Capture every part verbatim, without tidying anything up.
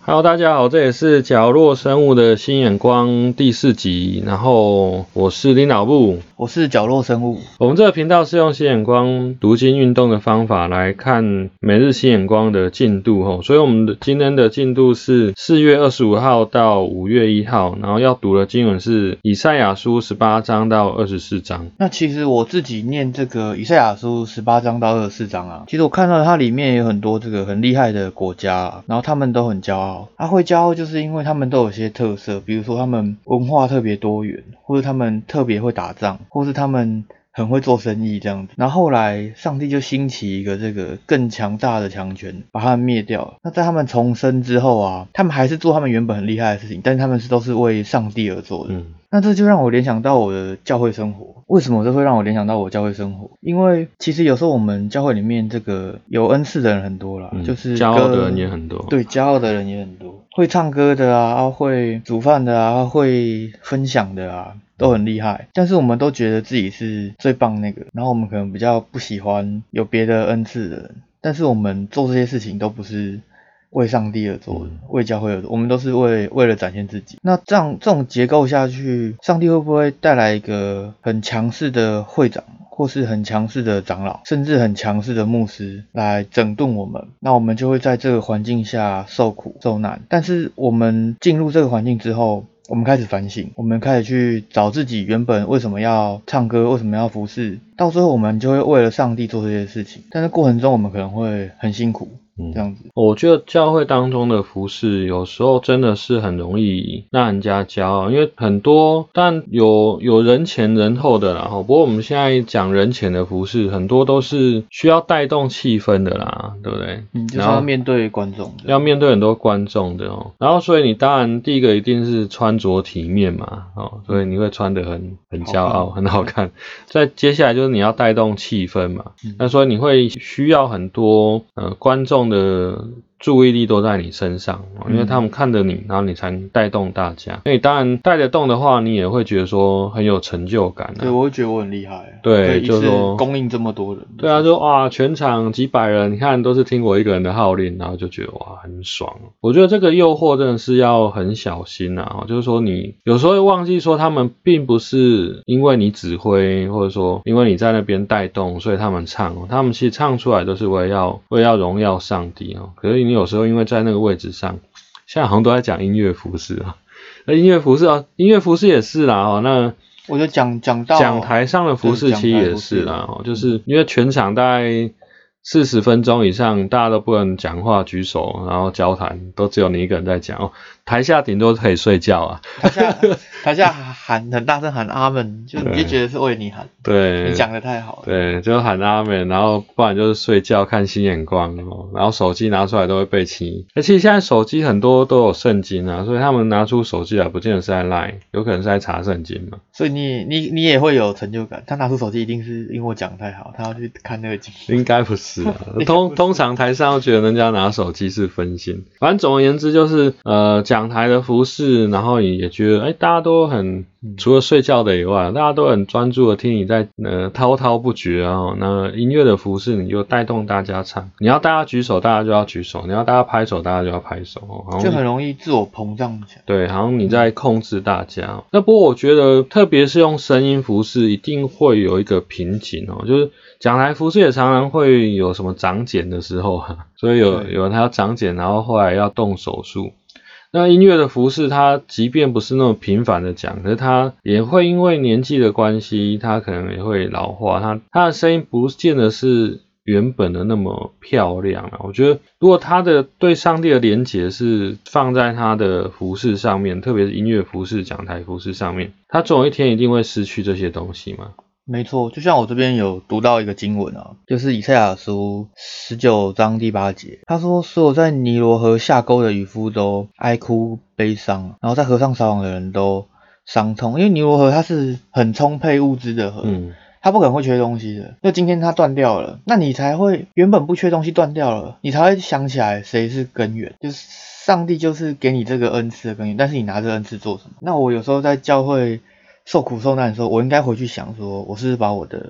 Hello， 大家好，这也是角落生物的新眼光第四集，然后我是林老布， 我是角落生物。 我们这个频道是用新眼光读经运动的方法来看每日新眼光的进度齁，所以我们的今天的进度是四月二十五号到五月一号，然后要读的经文是以赛亚书十八章到二十四章。 那其实我自己念这个以赛亚书十八章到二十四章啊，其实我看到它里面有很多这个很厉害的国家啊，然后他们都很骄傲。他会骄傲就是因为他们都有些特色，比如说他们文化特别多元，或者他们特别会打仗，或是他们很会做生意这样子。然后后来上帝就兴起一个这个更强大的强权，把他们灭掉了。那在他们重生之后啊，他们还是做他们原本很厉害的事情，但是他们是都是为上帝而做的。嗯，那这就让我联想到我的教会生活。为什么这会让我联想到我教会生活？因为其实有时候我们教会里面这个有恩赐的人很多啦，嗯、就是骄傲的人也很多。 对，骄傲的人也很多，会唱歌的啊，会煮饭的啊，会分享的啊，都很厉害。但是我们都觉得自己是最棒那个，然后我们可能比较不喜欢有别的恩赐的人，但是我们做这些事情都不是为上帝而做的，为教会而做，我们都是为为了展现自己。那这样这种结构下去，上帝会不会带来一个很强势的会长，或是很强势的长老，甚至很强势的牧师来整顿我们？那我们就会在这个环境下受苦受难。但是我们进入这个环境之后，我们开始反省，我们开始去找自己原本为什么要唱歌，为什么要服侍，到最后我们就会为了上帝做这些事情。但是过程中我们可能会很辛苦。嗯，这样子， 我觉得教会当中的服事有时候真的是很容易让人家骄傲，因为很多但有有人前人后的啦，不过我们现在讲人前的服事，很多都是需要带动气氛的啦，对不对？ 嗯，就是要面对观众， 要面对很多观众的哦。然后所以你当然第一个一定是穿着体面嘛，哦，所以你会穿得很很骄傲，很好看。再接下来就是你要带动气氛嘛，嗯、那所以你会需要很多呃观众的注意力都在你身上，因为他们看着你，然后你才能带动大家。那你当然带得动的话，你也会觉得说很有成就感啊。 对，我会觉得我很厉害。 对，就是说供应这么多人。 对啊，就哇，全场几百人，你看都是听我一个人的号令，然后就觉得哇很爽。我觉得这个诱惑真的是要很小心啊，就是说你有时候会忘记说他们并不是因为你指挥，或者说因为你在那边带动，所以他们唱，他们其实唱出来都是为了要为了要荣耀上帝哦。可是你有时候因为在那个位置上，现在好像都在讲音乐服事啊，那音乐服事啊，音乐服事也是啦哦，那我就讲讲到讲台上的服事其实也是啦哦，就是因为全场大概四十分钟以上，大家都不能讲话、举手，然后交谈，都只有你一个人在讲哦。台下顶多可以睡觉啊， 台下台下喊很大声喊阿们，就你就觉得是为你喊， 对， 你讲得太好了， 对，就喊阿们，然后不然就是睡觉看新眼光哦，然后手机拿出来都会被欺，而且现在手机很多都有圣经啊，所以他们拿出手机来不见得是在 Line， 有可能是在查圣经嘛， 所以你你你也会有成就感。他拿出手机一定是因为我讲得太好，他要去看那个经， 应该不是啊，通通常台上都觉得人家拿手机是分心，反正总而言之就是呃讲。讲台的服事，然后也觉得，哎，大家都很除了睡觉的以外，大家都很专注的听你在呃滔滔不绝啊。那音乐的服事，你就带动大家唱，你要大家举手，大家就要举手；你要大家拍手，大家就要拍手，好像就很容易自我膨胀起来。 对，好像你在控制大家。嗯、那不过我觉得，特别是用声音服事，一定会有一个瓶颈哦，就是讲台服事也常常会有什么长茧的时候哈，所以有有人他要长茧，然后后来要动手术。那音乐的服事，它即便不是那么频繁的讲，可是它也会因为年纪的关系，它可能也会老化，它它的声音不见得是原本的那么漂亮啊。我觉得，如果它的对上帝的连结是放在它的服事上面，特别是音乐服事、讲台服事上面，它总有一天一定会失去这些东西嘛。 没错，就像我这边有读到一个经文啊，就是以赛亚书十九章第八节，他说所有在尼罗河下沟的渔夫都哀哭悲伤，然后在河上撒网的人都伤痛，因为尼罗河它是很充沛物资的河，嗯，它不可能会缺东西的。就今天它断掉了，那你才会原本不缺东西断掉了，你才会想起来谁是根源，就是上帝就是给你这个恩赐的根源，但是你拿这个恩赐做什么？那我有时候在教会受苦受难的时候，我应该回去想说，我是不是把我的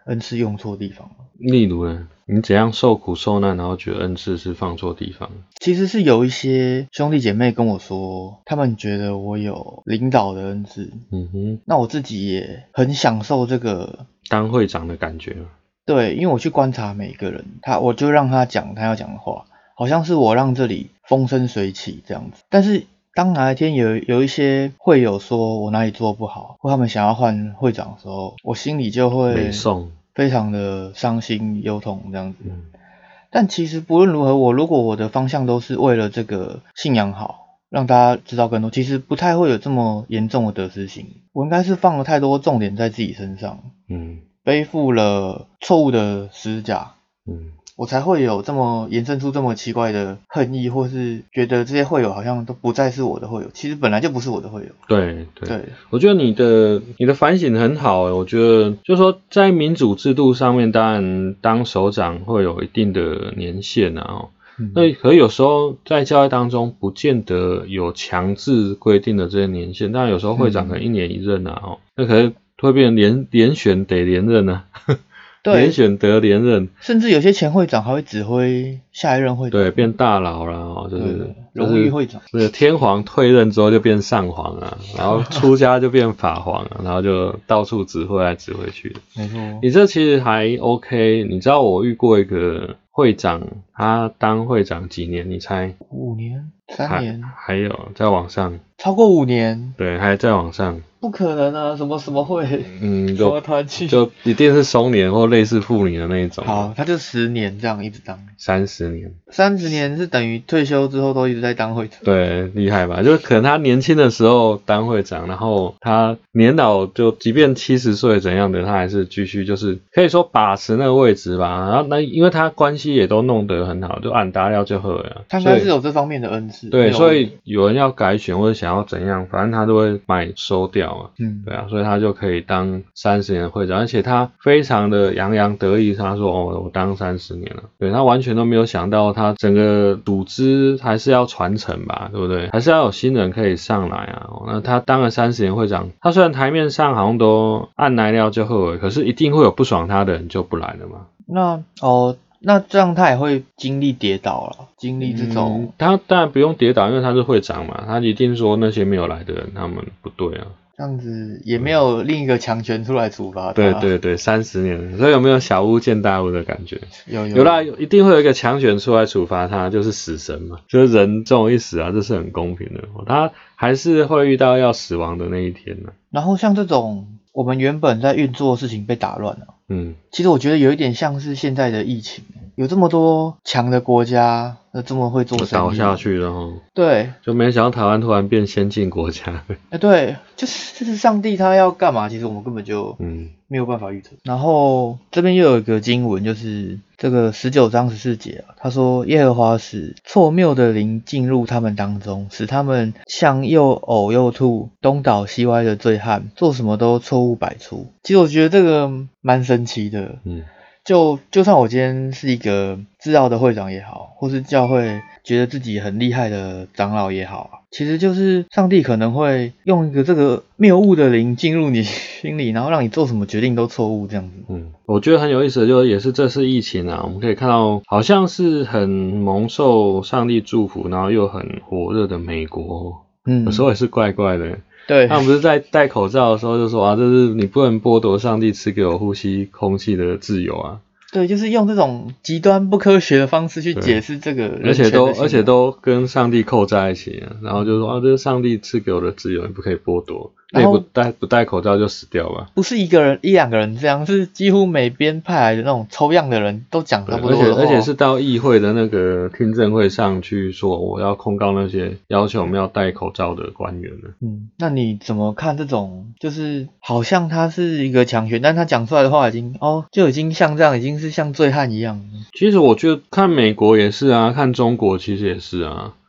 恩赐用错地方了。 例如呢，你怎样受苦受难，然后觉得恩赐是放错地方？ 其实是有一些兄弟姐妹跟我说，他们觉得我有领导的恩赐， 嗯哼， 那我自己也很享受这个当会长的感觉。 对，因为我去观察每一个人，他我就让他讲他要讲的话，好像是我让这里风生水起这样子。但是当哪一天有有一些会友说我哪里做不好，或他们想要换会长的时候，我心里就会北宋， 非常的伤心忧痛这样子。 嗯， 但其实不论如何，我如果我的方向都是为了这个信仰好，让大家知道更多，其实不太会有这么严重的得失心。我应该是放了太多重点在自己身上， 嗯背负了错误的十甲， 嗯， 我才会有这么延伸出这么奇怪的恨意，或是觉得这些会友好像都不再是我的会友，其实本来就不是我的会友。 对对对， 我觉得你的你的反省很好诶，我觉得就是说在民主制度上面，当然当首长会有一定的年限啊、哦。 嗯， 那可有时候在教会当中，不见得有强制规定的这些年限，当然有时候会长可能一年一任啊，哦，那可能会变成连连选得连任啊， 对， 连选得连任， 甚至有些前会长还会指挥下一任会长， 对，变大佬啦，哦，就是对荣誉会长， 这个天皇退任之后就变上皇啊，然后出家就变法皇啊，然后就到处指挥来指挥去的。 没错， 你这其实还 OK， 你知道我遇过一个会长，他当会长几年？你猜？ 五年、三年， 还有再往上， 超过五年， 对，还再往上， 不可能啊！什么什么会， 嗯， 什么就团契， 就一定是松年或类似妇女的那一种。 好，他就十年这样一直当， 三十年， 三十年是等于退休之后都一直在当会长。 对，厉害吧？就是可能他年轻的时候当会长，然后他年老就即便七十岁怎样的，他还是继续就是可以说把持那个位置吧。然后那因为他关系也都弄得很好，就按达料就好了。 他应该是有这方面的恩赐。 对，所以有人要改选或者想要怎样，反正他都会买收掉嘛。 嗯， 对啊，所以他就可以当三十年的会长，而且他非常的洋洋得意，他说哦，我当三十年了。对，他完全都没有想到，他整个组织还是要传承吧，对不对？还是要有新人可以上来啊。哦、那他当了三十年会长，他虽然台面上好像都按来料就后悔，可是一定会有不爽他的人就不来了嘛。 那哦。那这样他也会经历跌倒了，经历这种、 嗯，他当然不用跌倒，因为他是会长嘛，他一定说那些没有来的人他们不对啊。 这样子也没有另一个强权出来处罚他。 对对对，三十年，所以有没有小巫见大巫的感觉？ 有有有啦，有一定会有一个强权出来处罚他，就是死神嘛，就是人这种一死啊，这是很公平的，他还是会遇到要死亡的那一天呢、啊。 然后像这种我们原本在运作的事情被打乱了， 嗯， 其实我觉得有一点像是现在的疫情，有这么多强的国家，那这么会做生意， 倒下去了齁。 对， 就没想到台湾突然变先进国家。 哎，对，就是就是上帝他要干嘛，其实我们根本就嗯没有办法预测。然后这边又有一个经文，就是这个十九章十四节啊，他说耶和华使错谬的灵进入他们当中，使他们像又呕又吐、东倒西歪的醉汉，做什么都错误百出。其实我觉得这个蛮神奇的。 嗯， 就就算我今天是一个自傲的会长也好，或是教会觉得自己很厉害的长老也好啊，其实就是上帝可能会用一个这个谬误的灵进入你心里，然后让你做什么决定都错误这样子。 嗯，我觉得很有意思的就是也是这次疫情啊，我们可以看到好像是很蒙受上帝祝福，然后又很火热的美国， 嗯， 有时候也是怪怪的。 对， 他们不是在戴口罩的时候就说啊，这是你不能剥夺上帝赐给我呼吸空气的自由啊。 对，就是用这种极端不科学的方式去解释这个人而且都而且都跟上帝扣在一起，然后就说啊，这是上帝赐给我的自由，你不可以剥夺。那你不戴不戴口罩就死掉吧？ 不是一个人一两个人这样，是几乎每边派来的那种抽样的人都讲差不多的话， 而且而且是到议会的那个听证会上去说，我要控告那些要求我们要戴口罩的官员了。 嗯，那你怎么看这种？就是好像他是一个强权，但他讲出来的话已经哦，就已经像这样，已经是像醉汉一样。 其实我觉得看美国也是啊，看中国其实也是啊。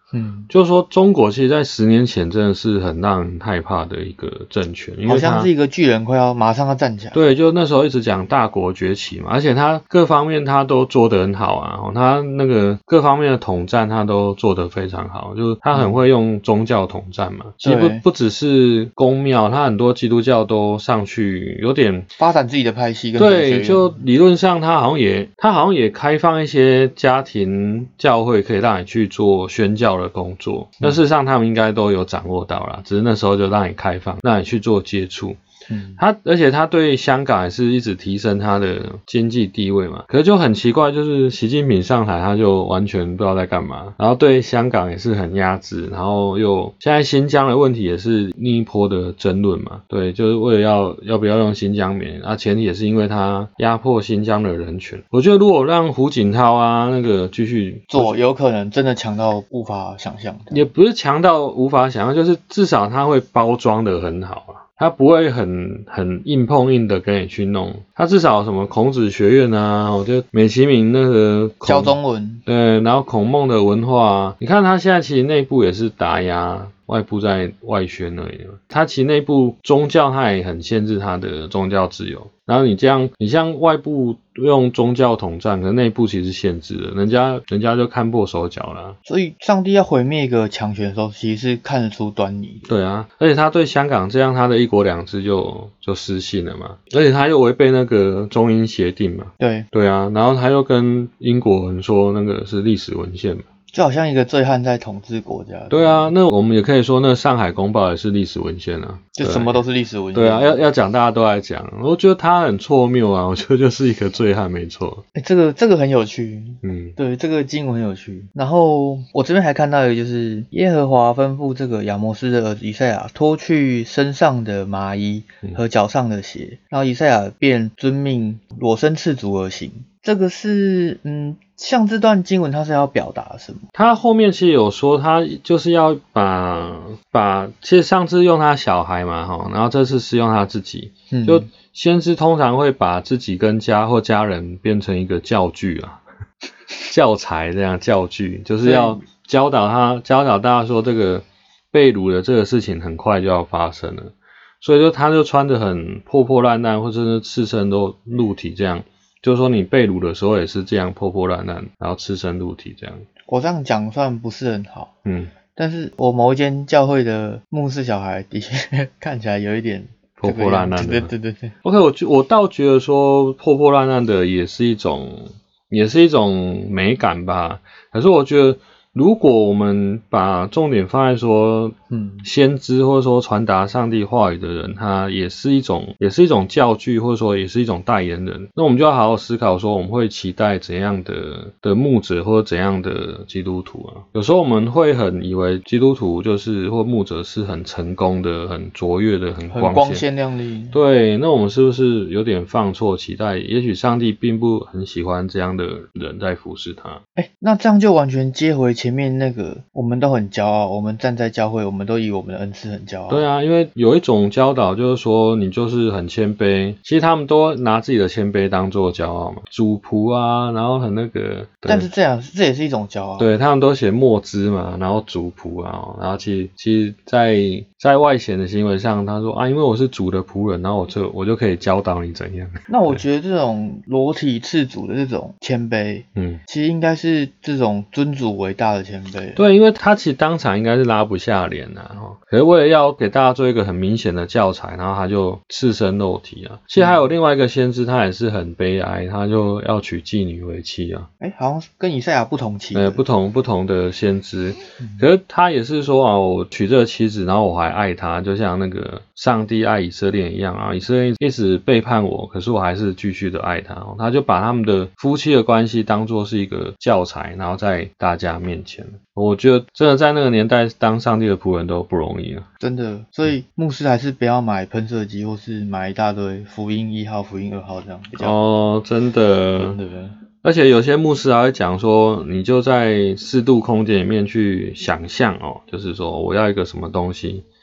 嗯， 就是说中国其实在十年前真的是很让人害怕的一个政权，因为好像是一个巨人快要马上要站起来。 对，就那时候一直讲大国崛起嘛，而且他各方面他都做得很好啊，他那个各方面的统战他都做得非常好，就是他很会用宗教统战嘛，其实不不只是宫庙，他很多基督教都上去有点发展自己的派系跟对，就理论上他好像也他好像也开放一些家庭教会可以让你去做宣教的工作，那事实上他们应该都有掌握到啦，只是那时候就让你开放，让你去做接触。 嗯， 他而且他对香港也是一直提升他的经济地位嘛，可是就很奇怪，就是习近平上台他就完全不知道在干嘛，然后对香港也是很压制，然后又现在新疆的问题也是另一波的争论嘛，对，就是为了要要不要用新疆棉，啊前提也是因为他压迫新疆的人权。我觉得如果让胡锦涛啊那个继续做，有可能真的强到无法想象的， 也不是强到无法想象，就是至少他会包装得很好啊。他不会很很硬碰硬的跟你去弄，他至少什么孔子学院啊，我觉得美其名那个教中文， 对，然后孔孟的文化啊，你看他现在其实内部也是打压，外部在外宣而已，他其实内部宗教他也很限制他的宗教自由，然后你这样，你像外部用宗教统战，可是内部其实限制了，人家人家就看破手脚了。 所以上帝要毁灭一个强权的时候，其实是看得出端倪。 对啊，而且他对香港这样，他的一国两制就就失信了嘛，而且他又违背那个中英协定嘛。 对对啊，然后他又跟英国人说那个是历史文献嘛。 就好像一个醉汉在统治国家。 对啊，那我们也可以说那上海公报也是历史文献啊， 就什么都是历史文献。 对啊，要要讲大家都来讲，我觉得他很错谬啊，我觉得就是一个醉汉没错。 哎、欸，这个这个很有趣， 嗯， 对，这个经文很有趣。然后我这边还看到一个，就是耶和华吩咐这个亚摩斯的儿子以赛亚脱去身上的麻衣和脚上的鞋，然后以赛亚便遵命裸身赤足而行。这个是嗯。像这段经文，它是要表达什么？ 他后面其实有说，他就是要把把，其实上次用他小孩嘛，哈，然后这次是用他自己， 嗯、 就先知通常会把自己跟家或家人变成一个教具啊，教材这样教具，就是要教导他教导大家说这个被掳的这个事情很快就要发生了，所以就他就穿得很破破烂烂，或者是赤身都露体这样。就是说你被掳的时候也是这样破破烂烂，然后赤身露体这样。 我这样讲算不是很好， 嗯， 但是我某一间教会的牧师小孩的确看起来有一点破破烂烂的。 对对对对。 OK， 我我倒觉得说破破烂烂的也是一种，也是一种美感吧。可是我觉得，如果我们把重点放在说，嗯，先知或者说传达上帝话语的人，他也是一种，也是一种教具，或者说也是一种代言人。那我们就要好好思考说，我们会期待怎样的的牧者或者怎样的基督徒啊？有时候我们会很以为基督徒就是或牧者是很成功的、很卓越的、很光鲜、 很光鲜亮丽。 对，那我们是不是有点放错期待？也许上帝并不很喜欢这样的人在服侍他。 哎、欸，那这样就完全接回前面那个，我们都很骄傲，我们站在教会，我们都以我们的恩赐很骄傲。 对啊，因为有一种教导就是说，你就是很谦卑，其实他们都拿自己的谦卑当做骄傲嘛，主仆啊，然后很那个。 但是这样，这也是一种骄傲。 对，他们都写末支嘛，然后主仆啊，然后其实其实在在外显的行为上，他说啊，因为我是主的仆人，然后我就我就可以教导你怎样。 那我觉得这种裸体赤足的这种谦卑，嗯，其实应该是这种尊主为大的谦卑。 对，因为他其实当场应该是拉不下脸啊，可是为了要给大家做一个很明显的教材，然后他就赤身露体啊。其实还有另外一个先知，他也是很悲哀，他就要娶妓女为妻啊。 哎，好像跟以赛亚不同期。 对，不同不同的先知，可是他也是说啊，我娶这个妻子，然后我还爱她，就像那个上帝爱以色列一样啊。以色列一直背叛我，可是我还是继续的爱他。他就把他们的夫妻的关系当作是一个教材，然后在大家面前。我觉得真的在那个年代当上帝的仆人都不容易啊， 真的。所以牧师还是不要买喷射机，或是买一大堆福音一号、福音二号这样比较。 哦，真的， 真的。 而且有些牧师还会讲说，你就在适度空间里面去想象哦，就是说我要一个什么东西，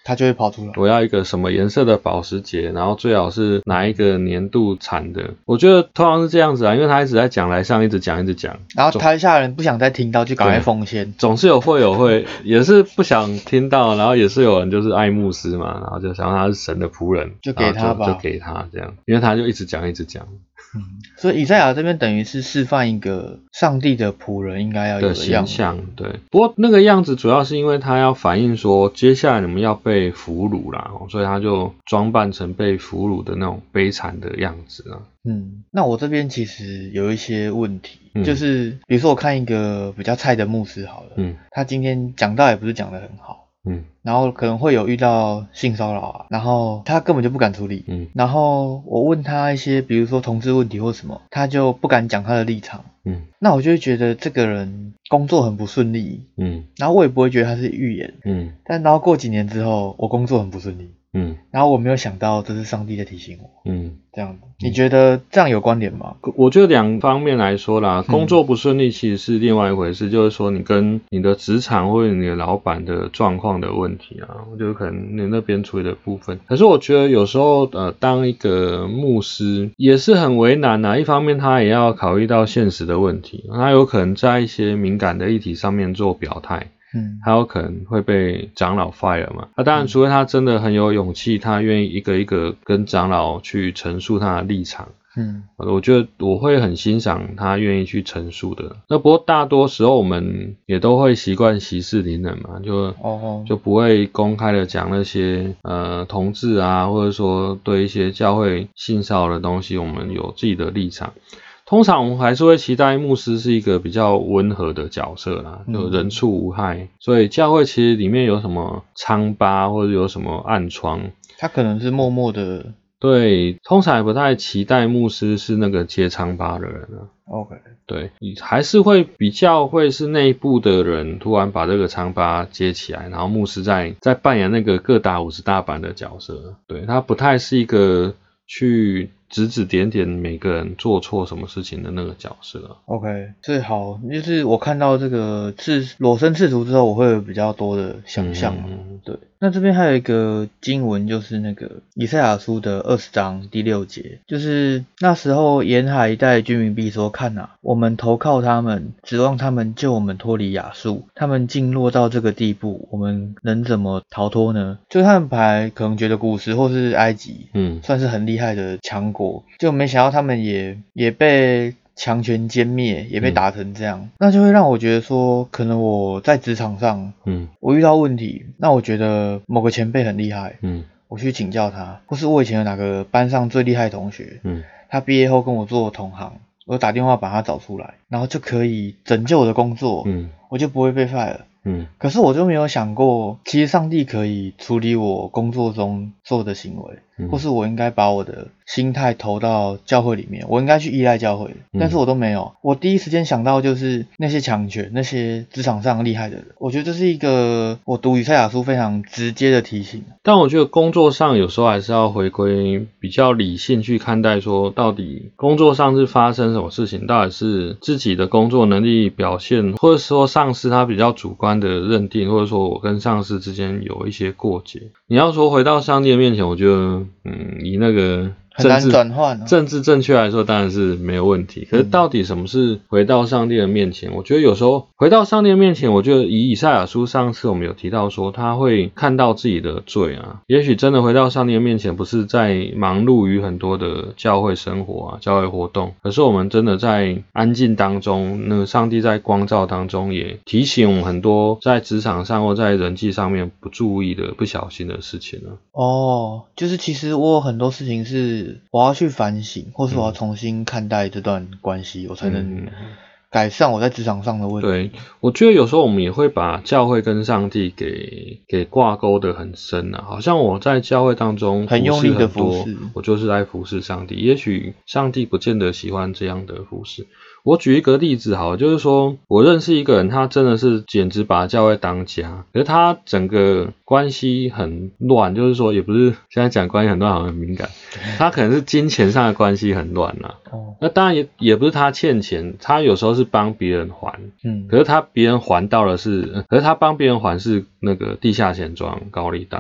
它就会跑出来。 我要一个什么颜色的保时捷，然后最好是哪一个年度产的。我觉得通常是这样子啊，因为他一直在讲台上一直讲一直讲， 然后台下人不想再听到就赶快奉献。 总是有会有会，也是不想听到，然后也是有人就是爱慕斯嘛，然后就想他是神的仆人， 就给他吧， 就, 就给他这样，因为他就一直讲一直讲。 嗯，所以以赛亚这边等于是示范一个上帝的仆人应该要有的形象，对。不过那个样子主要是因为他要反映说，接下来你们要被俘虏啦，所以他就装扮成被俘虏的那种悲惨的样子啊。 嗯，那我这边其实有一些问题， 嗯、 就是比如说我看一个比较菜的牧师好了，嗯，他今天讲道也不是讲得很好。嗯，然后可能会有遇到性骚扰啊，然后他根本就不敢处理，嗯，然后我问他一些，比如说同志问题或什么，他就不敢讲他的立场，嗯，那我就会觉得这个人工作很不顺利，嗯，然后我也不会觉得他是预言，嗯，但然后过几年之后，我工作很不顺利，嗯，然后我没有想到这是上帝在提醒我，嗯，这样子，你觉得这样有关联吗？ 我觉得两方面来说啦，工作不顺利其实是另外一回事，嗯、就是说你跟你的职场或者你的老板的状况的问题啊，我觉得可能你那边处理的部分。可是我觉得有时候呃，当一个牧师也是很为难啊，一方面他也要考虑到现实的问题，他有可能在一些敏感的议题上面做表态。嗯，还有可能会被长老 fire 嘛？那、啊、当然，除非他真的很有勇气，他愿意一个一个跟长老去陈述他的立场。嗯，我觉得我会很欣赏他愿意去陈述的。那不过大多时候我们也都会习惯息事宁人嘛，就哦就不会公开的讲那些呃同志啊，或者说对一些教会性骚扰的东西，我们有自己的立场。通常我们还是会期待牧师是一个比较温和的角色啦，就人畜无害，嗯、所以教会其实里面有什么疮疤或者有什么暗疮， 他可能是默默的。 对，通常也不太期待牧师是那个接疮疤的人啊。 OK， 对，还是会比较会是内部的人突然把这个疮疤接起来，然后牧师在在扮演那个各打五十大板的角色。对，他不太是一个去指指点点每个人做错什么事情的那个角色。 OK， 最好就是我看到这个赤裸身赤足之后，我会有比较多的想象。嗯、对，那这边还有一个经文，就是那个以赛亚书的二十章第六节，就是那时候沿海一带居民必说：看啊，我们投靠他们，指望他们救我们脱离亚述，他们竟落到这个地步，我们能怎么逃脱呢？就他们本来可能觉得古时或是埃及，嗯，算是很厉害的强国，就没想到他们也也被强权歼灭，也被打成这样，嗯、那就会让我觉得说，可能我在职场上，嗯，我遇到问题，那我觉得某个前辈很厉害，嗯，我去请教他，或是我以前有哪个班上最厉害的同学，嗯，他毕业后跟我做同行，我打电话把他找出来，然后就可以拯救我的工作，嗯，我就不会被 fire。嗯，可是我就没有想过，其实上帝可以处理我工作中做的行为，嗯、或是我应该把我的心态投到教会里面，我应该去依赖教会，嗯、但是我都没有。我第一时间想到就是那些强权，那些职场上厉害的人。我觉得这是一个我读以赛亚书非常直接的提醒。 但我觉得工作上有时候还是要回归比较理性去看待，说到底工作上是发生什么事情，到底是自己的工作能力表现，或者说上司他比较主观的认定，或者说我跟上司之间有一些过节。你要说回到上帝的面前，我觉得嗯，以那个很难转换、啊、 政治正确来说当然是没有问题，可是到底什么是回到上帝的面前、嗯、我觉得有时候回到上帝的面前，我觉得以以赛亚书上次我们有提到说他会看到自己的罪啊，也许真的回到上帝的面前不是在忙碌于很多的教会生活啊教会活动，可是我们真的在安静当中，那个上帝在光照当中也提醒我们很多在职场上或在人际上面不注意的不小心的事情啊。 哦，就是其实我有很多事情是我要去反省，或是我要重新看待这段关系、嗯、我才能改善我在职场上的问题。 对，我觉得有时候我们也会把教会跟上帝给给挂钩的很深啊，好像我在教会当中很用力的服侍， 我就是在服侍上帝，也许上帝不见得喜欢这样的服侍。我举一个例子好了，就是说我认识一个人，他真的是简直把教会当家，可是他整个关系很乱，就是说也不是现在讲关系很乱好像很敏感，他可能是金钱上的关系很乱啦、哦、那当然也也不是他欠钱，他有时候是帮别人还，嗯，可是他别人还到的是可是他帮别人还是那个地下钱庄高利贷，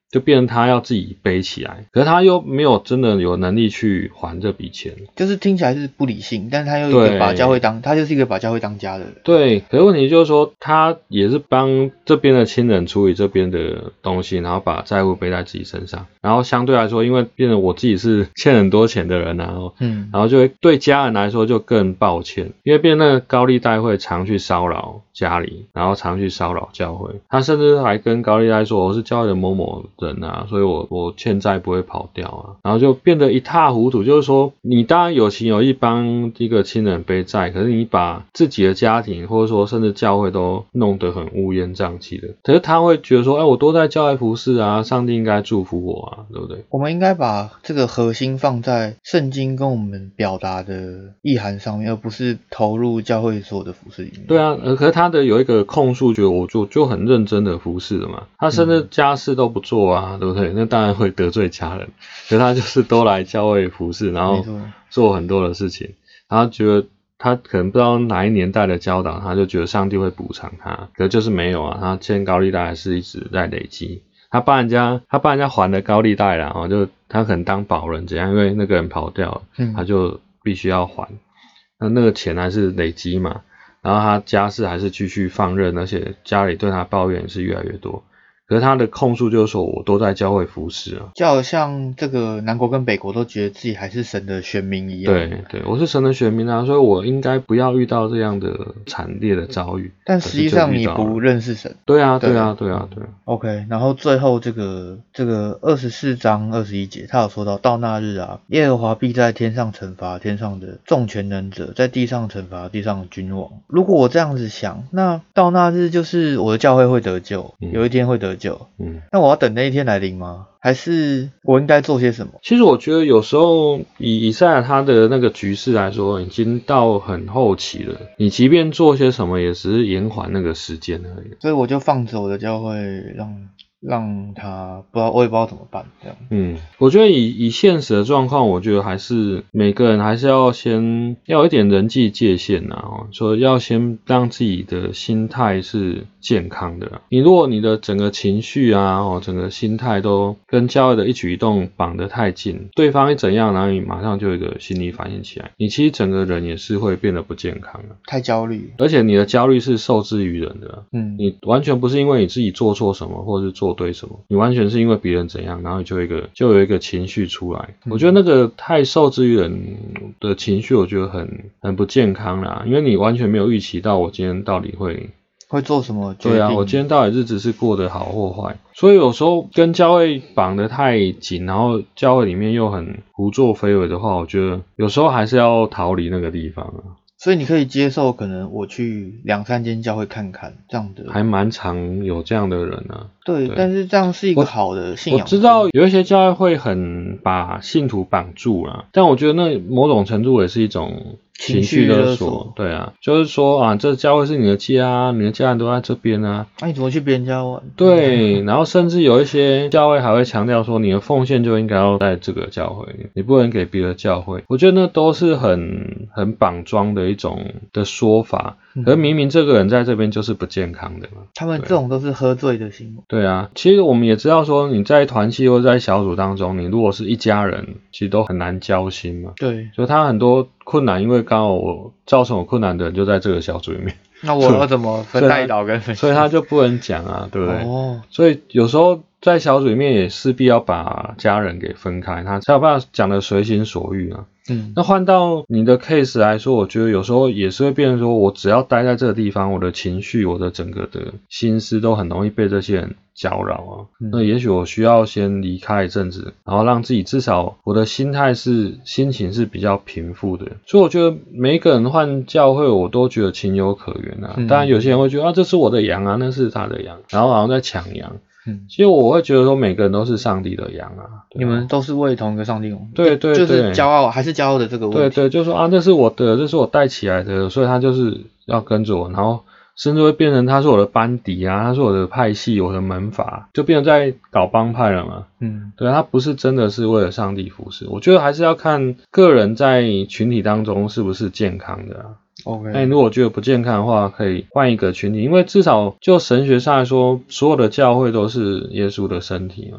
就变成他要自己背起来，可是他又没有真的有能力去还这笔钱， 就是听起来是不理性，但是他又一个把教会当，他就是一个把教会当家的人。 对，可是问题就是说，他也是帮这边的亲人处理这边的东西，然后把债务背在自己身上，然后相对来说，因为变成我自己是欠很多钱的人，然后，嗯，然后就会对家人来说就更抱歉，因为变成那个高利贷会常去骚扰家里，然后常去骚扰教会，他甚至还跟高利贷说我是教会的某某人啊，所以我我欠债不会跑掉啊，然后就变得一塌糊涂。就是说，你当然有情有义帮一个亲人背债，可是你把自己的家庭或者说甚至教会都弄得很乌烟瘴气的，可是他会觉得说，哎，我都在教会服侍啊，上帝应该祝福我啊，对不对？ 我们应该把这个核心放在圣经跟我们表达的意涵上面，而不是投入教会所有的服侍里面。 对啊，可是他的有一个控诉，觉得我就就很认真的服侍了嘛，他甚至家事都不做啊，嗯、对不对？那当然会得罪家人，可是他就是都来教会服侍，然后做很多的事情，然后觉得他可能不知道哪一年代的教导，他就觉得上帝会补偿他，可是就是没有啊，他欠高利贷还是一直在累积。他帮人家，他帮人家还了高利贷啦，哦，就他可能当保人怎样，因为那个人跑掉了，嗯、他就必须要还，那那个钱还是累积嘛，然后他家事还是继续放任，而且家里对他抱怨也是越来越多。可是他的控诉就是说，我都在教会服侍啊， 就好像这个南国跟北国都觉得自己还是神的选民一样。 对对，我是神的选民啊，所以我应该不要遇到这样的惨烈的遭遇。 但实际上你不认识神。 对啊，对啊，对啊，对啊。 OK， 然后最后这个这个二十四章二十一节，他有说到，到那日啊，耶和华必在天上惩罚天上的众全能者，在地上惩罚地上的君王。如果我这样子想，那到那日就是我的教会会得救，嗯、有一天会得救。嗯，那我要等那一天来临吗？还是我应该做些什么？ 其实我觉得有时候以以赛亚他的那个局势来说，已经到很后期了。你即便做些什么，也只是延缓那个时间而已。 所以我就放着我的教会，让让他不知道，我也不知道怎么办这样。 嗯，我觉得以以现实的状况，我觉得还是每个人还是要先要有一点人际界限啊，哦，所以要先让自己的心态是健康的。你如果你的整个情绪啊，哦，整个心态都跟教会的一举一动绑得太近，对方一怎样，然后你马上就有一个心理反应起来，你其实整个人也是会变得不健康的， 太焦虑， 而且你的焦虑是受制于人的，嗯，你完全不是因为你自己做错什么，或者是做对什么，你完全是因为别人怎样，然后就有一个就有一个情绪出来。嗯、我觉得那个太受制于人的情绪，我觉得很很不健康啦，因为你完全没有预期到我今天到底会。 会做什么决定？ 对啊，我今天到底日子是过得好或坏？所以有时候跟教会绑得太紧，然后教会里面又很胡作非为的话，我觉得有时候还是要逃离那个地方啊。 所以你可以接受，可能我去两三间教会看看这样的， 还蛮常有这样的人啊。 对，对但是这样是一个好的信仰。 我知道有一些教会会很把信徒绑住啦，但我觉得那某种程度也是一种情绪勒索。对啊，就是说啊，这教会是你的家，你的家人都在这边啊， 那、啊、你怎么去别人家玩？ 对，然后甚至有一些教会还会强调说，你的奉献就应该要在这个教会，你不能给别的教会。我觉得那都是很很绑桩的一种的说法，可是明明这个人在这边就是不健康的嘛。 他们这种都是喝醉的行为。 对啊，其实我们也知道说，你在团契或在小组当中，你如果是一家人，其实都很难交心嘛。 对， 所以他很多困难，因为刚好我造成我困难的人就在这个小组里面。 那我要怎么分带导跟分析？ 所以他就不能讲啊，对不对？ 哦， 所以有时候在小组里面也势必要把家人给分开，他才有办法讲得随心所欲啊。嗯，那换到你的 case 来说，我觉得有时候也是会变成说，我只要待在这个地方，我的情绪、我的整个的心思都很容易被这些人搅扰啊。嗯、那也许我需要先离开一阵子，然后让自己至少我的心态是心情是比较平复的。所以我觉得每一个人换教会，我都觉得情有可原啊。嗯、当然有些人会觉得啊，这是我的羊啊，那是他的羊，然后好像在抢羊。嗯，其实我会觉得说，每个人都是上帝的羊啊， 你们都是为同一个上帝工作，对对对， 就是骄傲还是骄傲的这个问题， 对对，就是说啊，这是我的，这是我带起来的，所以他就是要跟着我，然后甚至会变成他是我的班底啊，他是我的派系，我的门阀，就变成在搞帮派了嘛。嗯，对，他不是真的是为了上帝服侍，我觉得还是要看个人在群体当中是不是健康的啊。 OK， 那你如果觉得不健康的话，可以换一个群体，因为至少就神学上来说，所有的教会都是耶稣的身体嘛。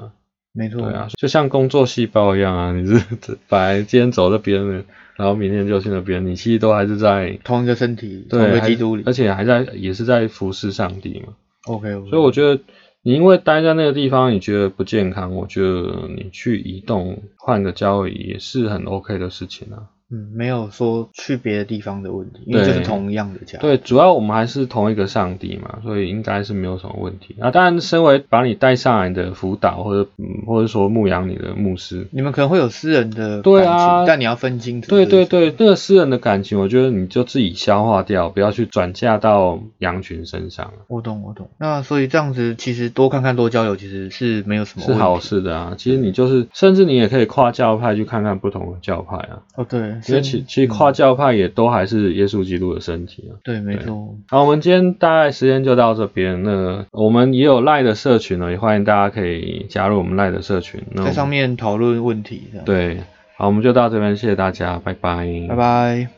没错。 对啊，就像工作细胞一样啊，你是本来今天走这边的，然后明天就去那边，你其实都还是在同一个身体，同对， 一个基督里， 而且还在也是在服侍上帝嘛。 OK OK。 所以我觉得你因为待在那个地方你觉得不健康，我觉得你去移动换个教会也是很 OK 的事情啊。 嗯，没有说去别的地方的问题，因为就是同样的家。 对，主要我们还是同一个上帝嘛，所以应该是没有什么问题。那当然，身为把你带上来的辅导或者嗯或者说牧养你的牧师， 你们可能会有私人的感情， 对啊， 但你要分清楚。 对对对，那个私人的感情，我觉得你就自己消化掉，不要去转嫁到羊群身上。 我懂我懂。那所以这样子，其实多看看多交流，其实是没有什么问题， 是好事的啊。其实你就是，甚至你也可以跨教派去看看不同的教派啊。 哦对， 因为其其实跨教派也都还是耶稣基督的身体啊。 对，没错。 好，我们今天大概时间就到这边。那我们也有赖的社群呢，也欢迎大家可以加入我们赖的社群， 在上面讨论问题。 对，好，我们就到这边，谢谢大家，拜拜。 拜拜。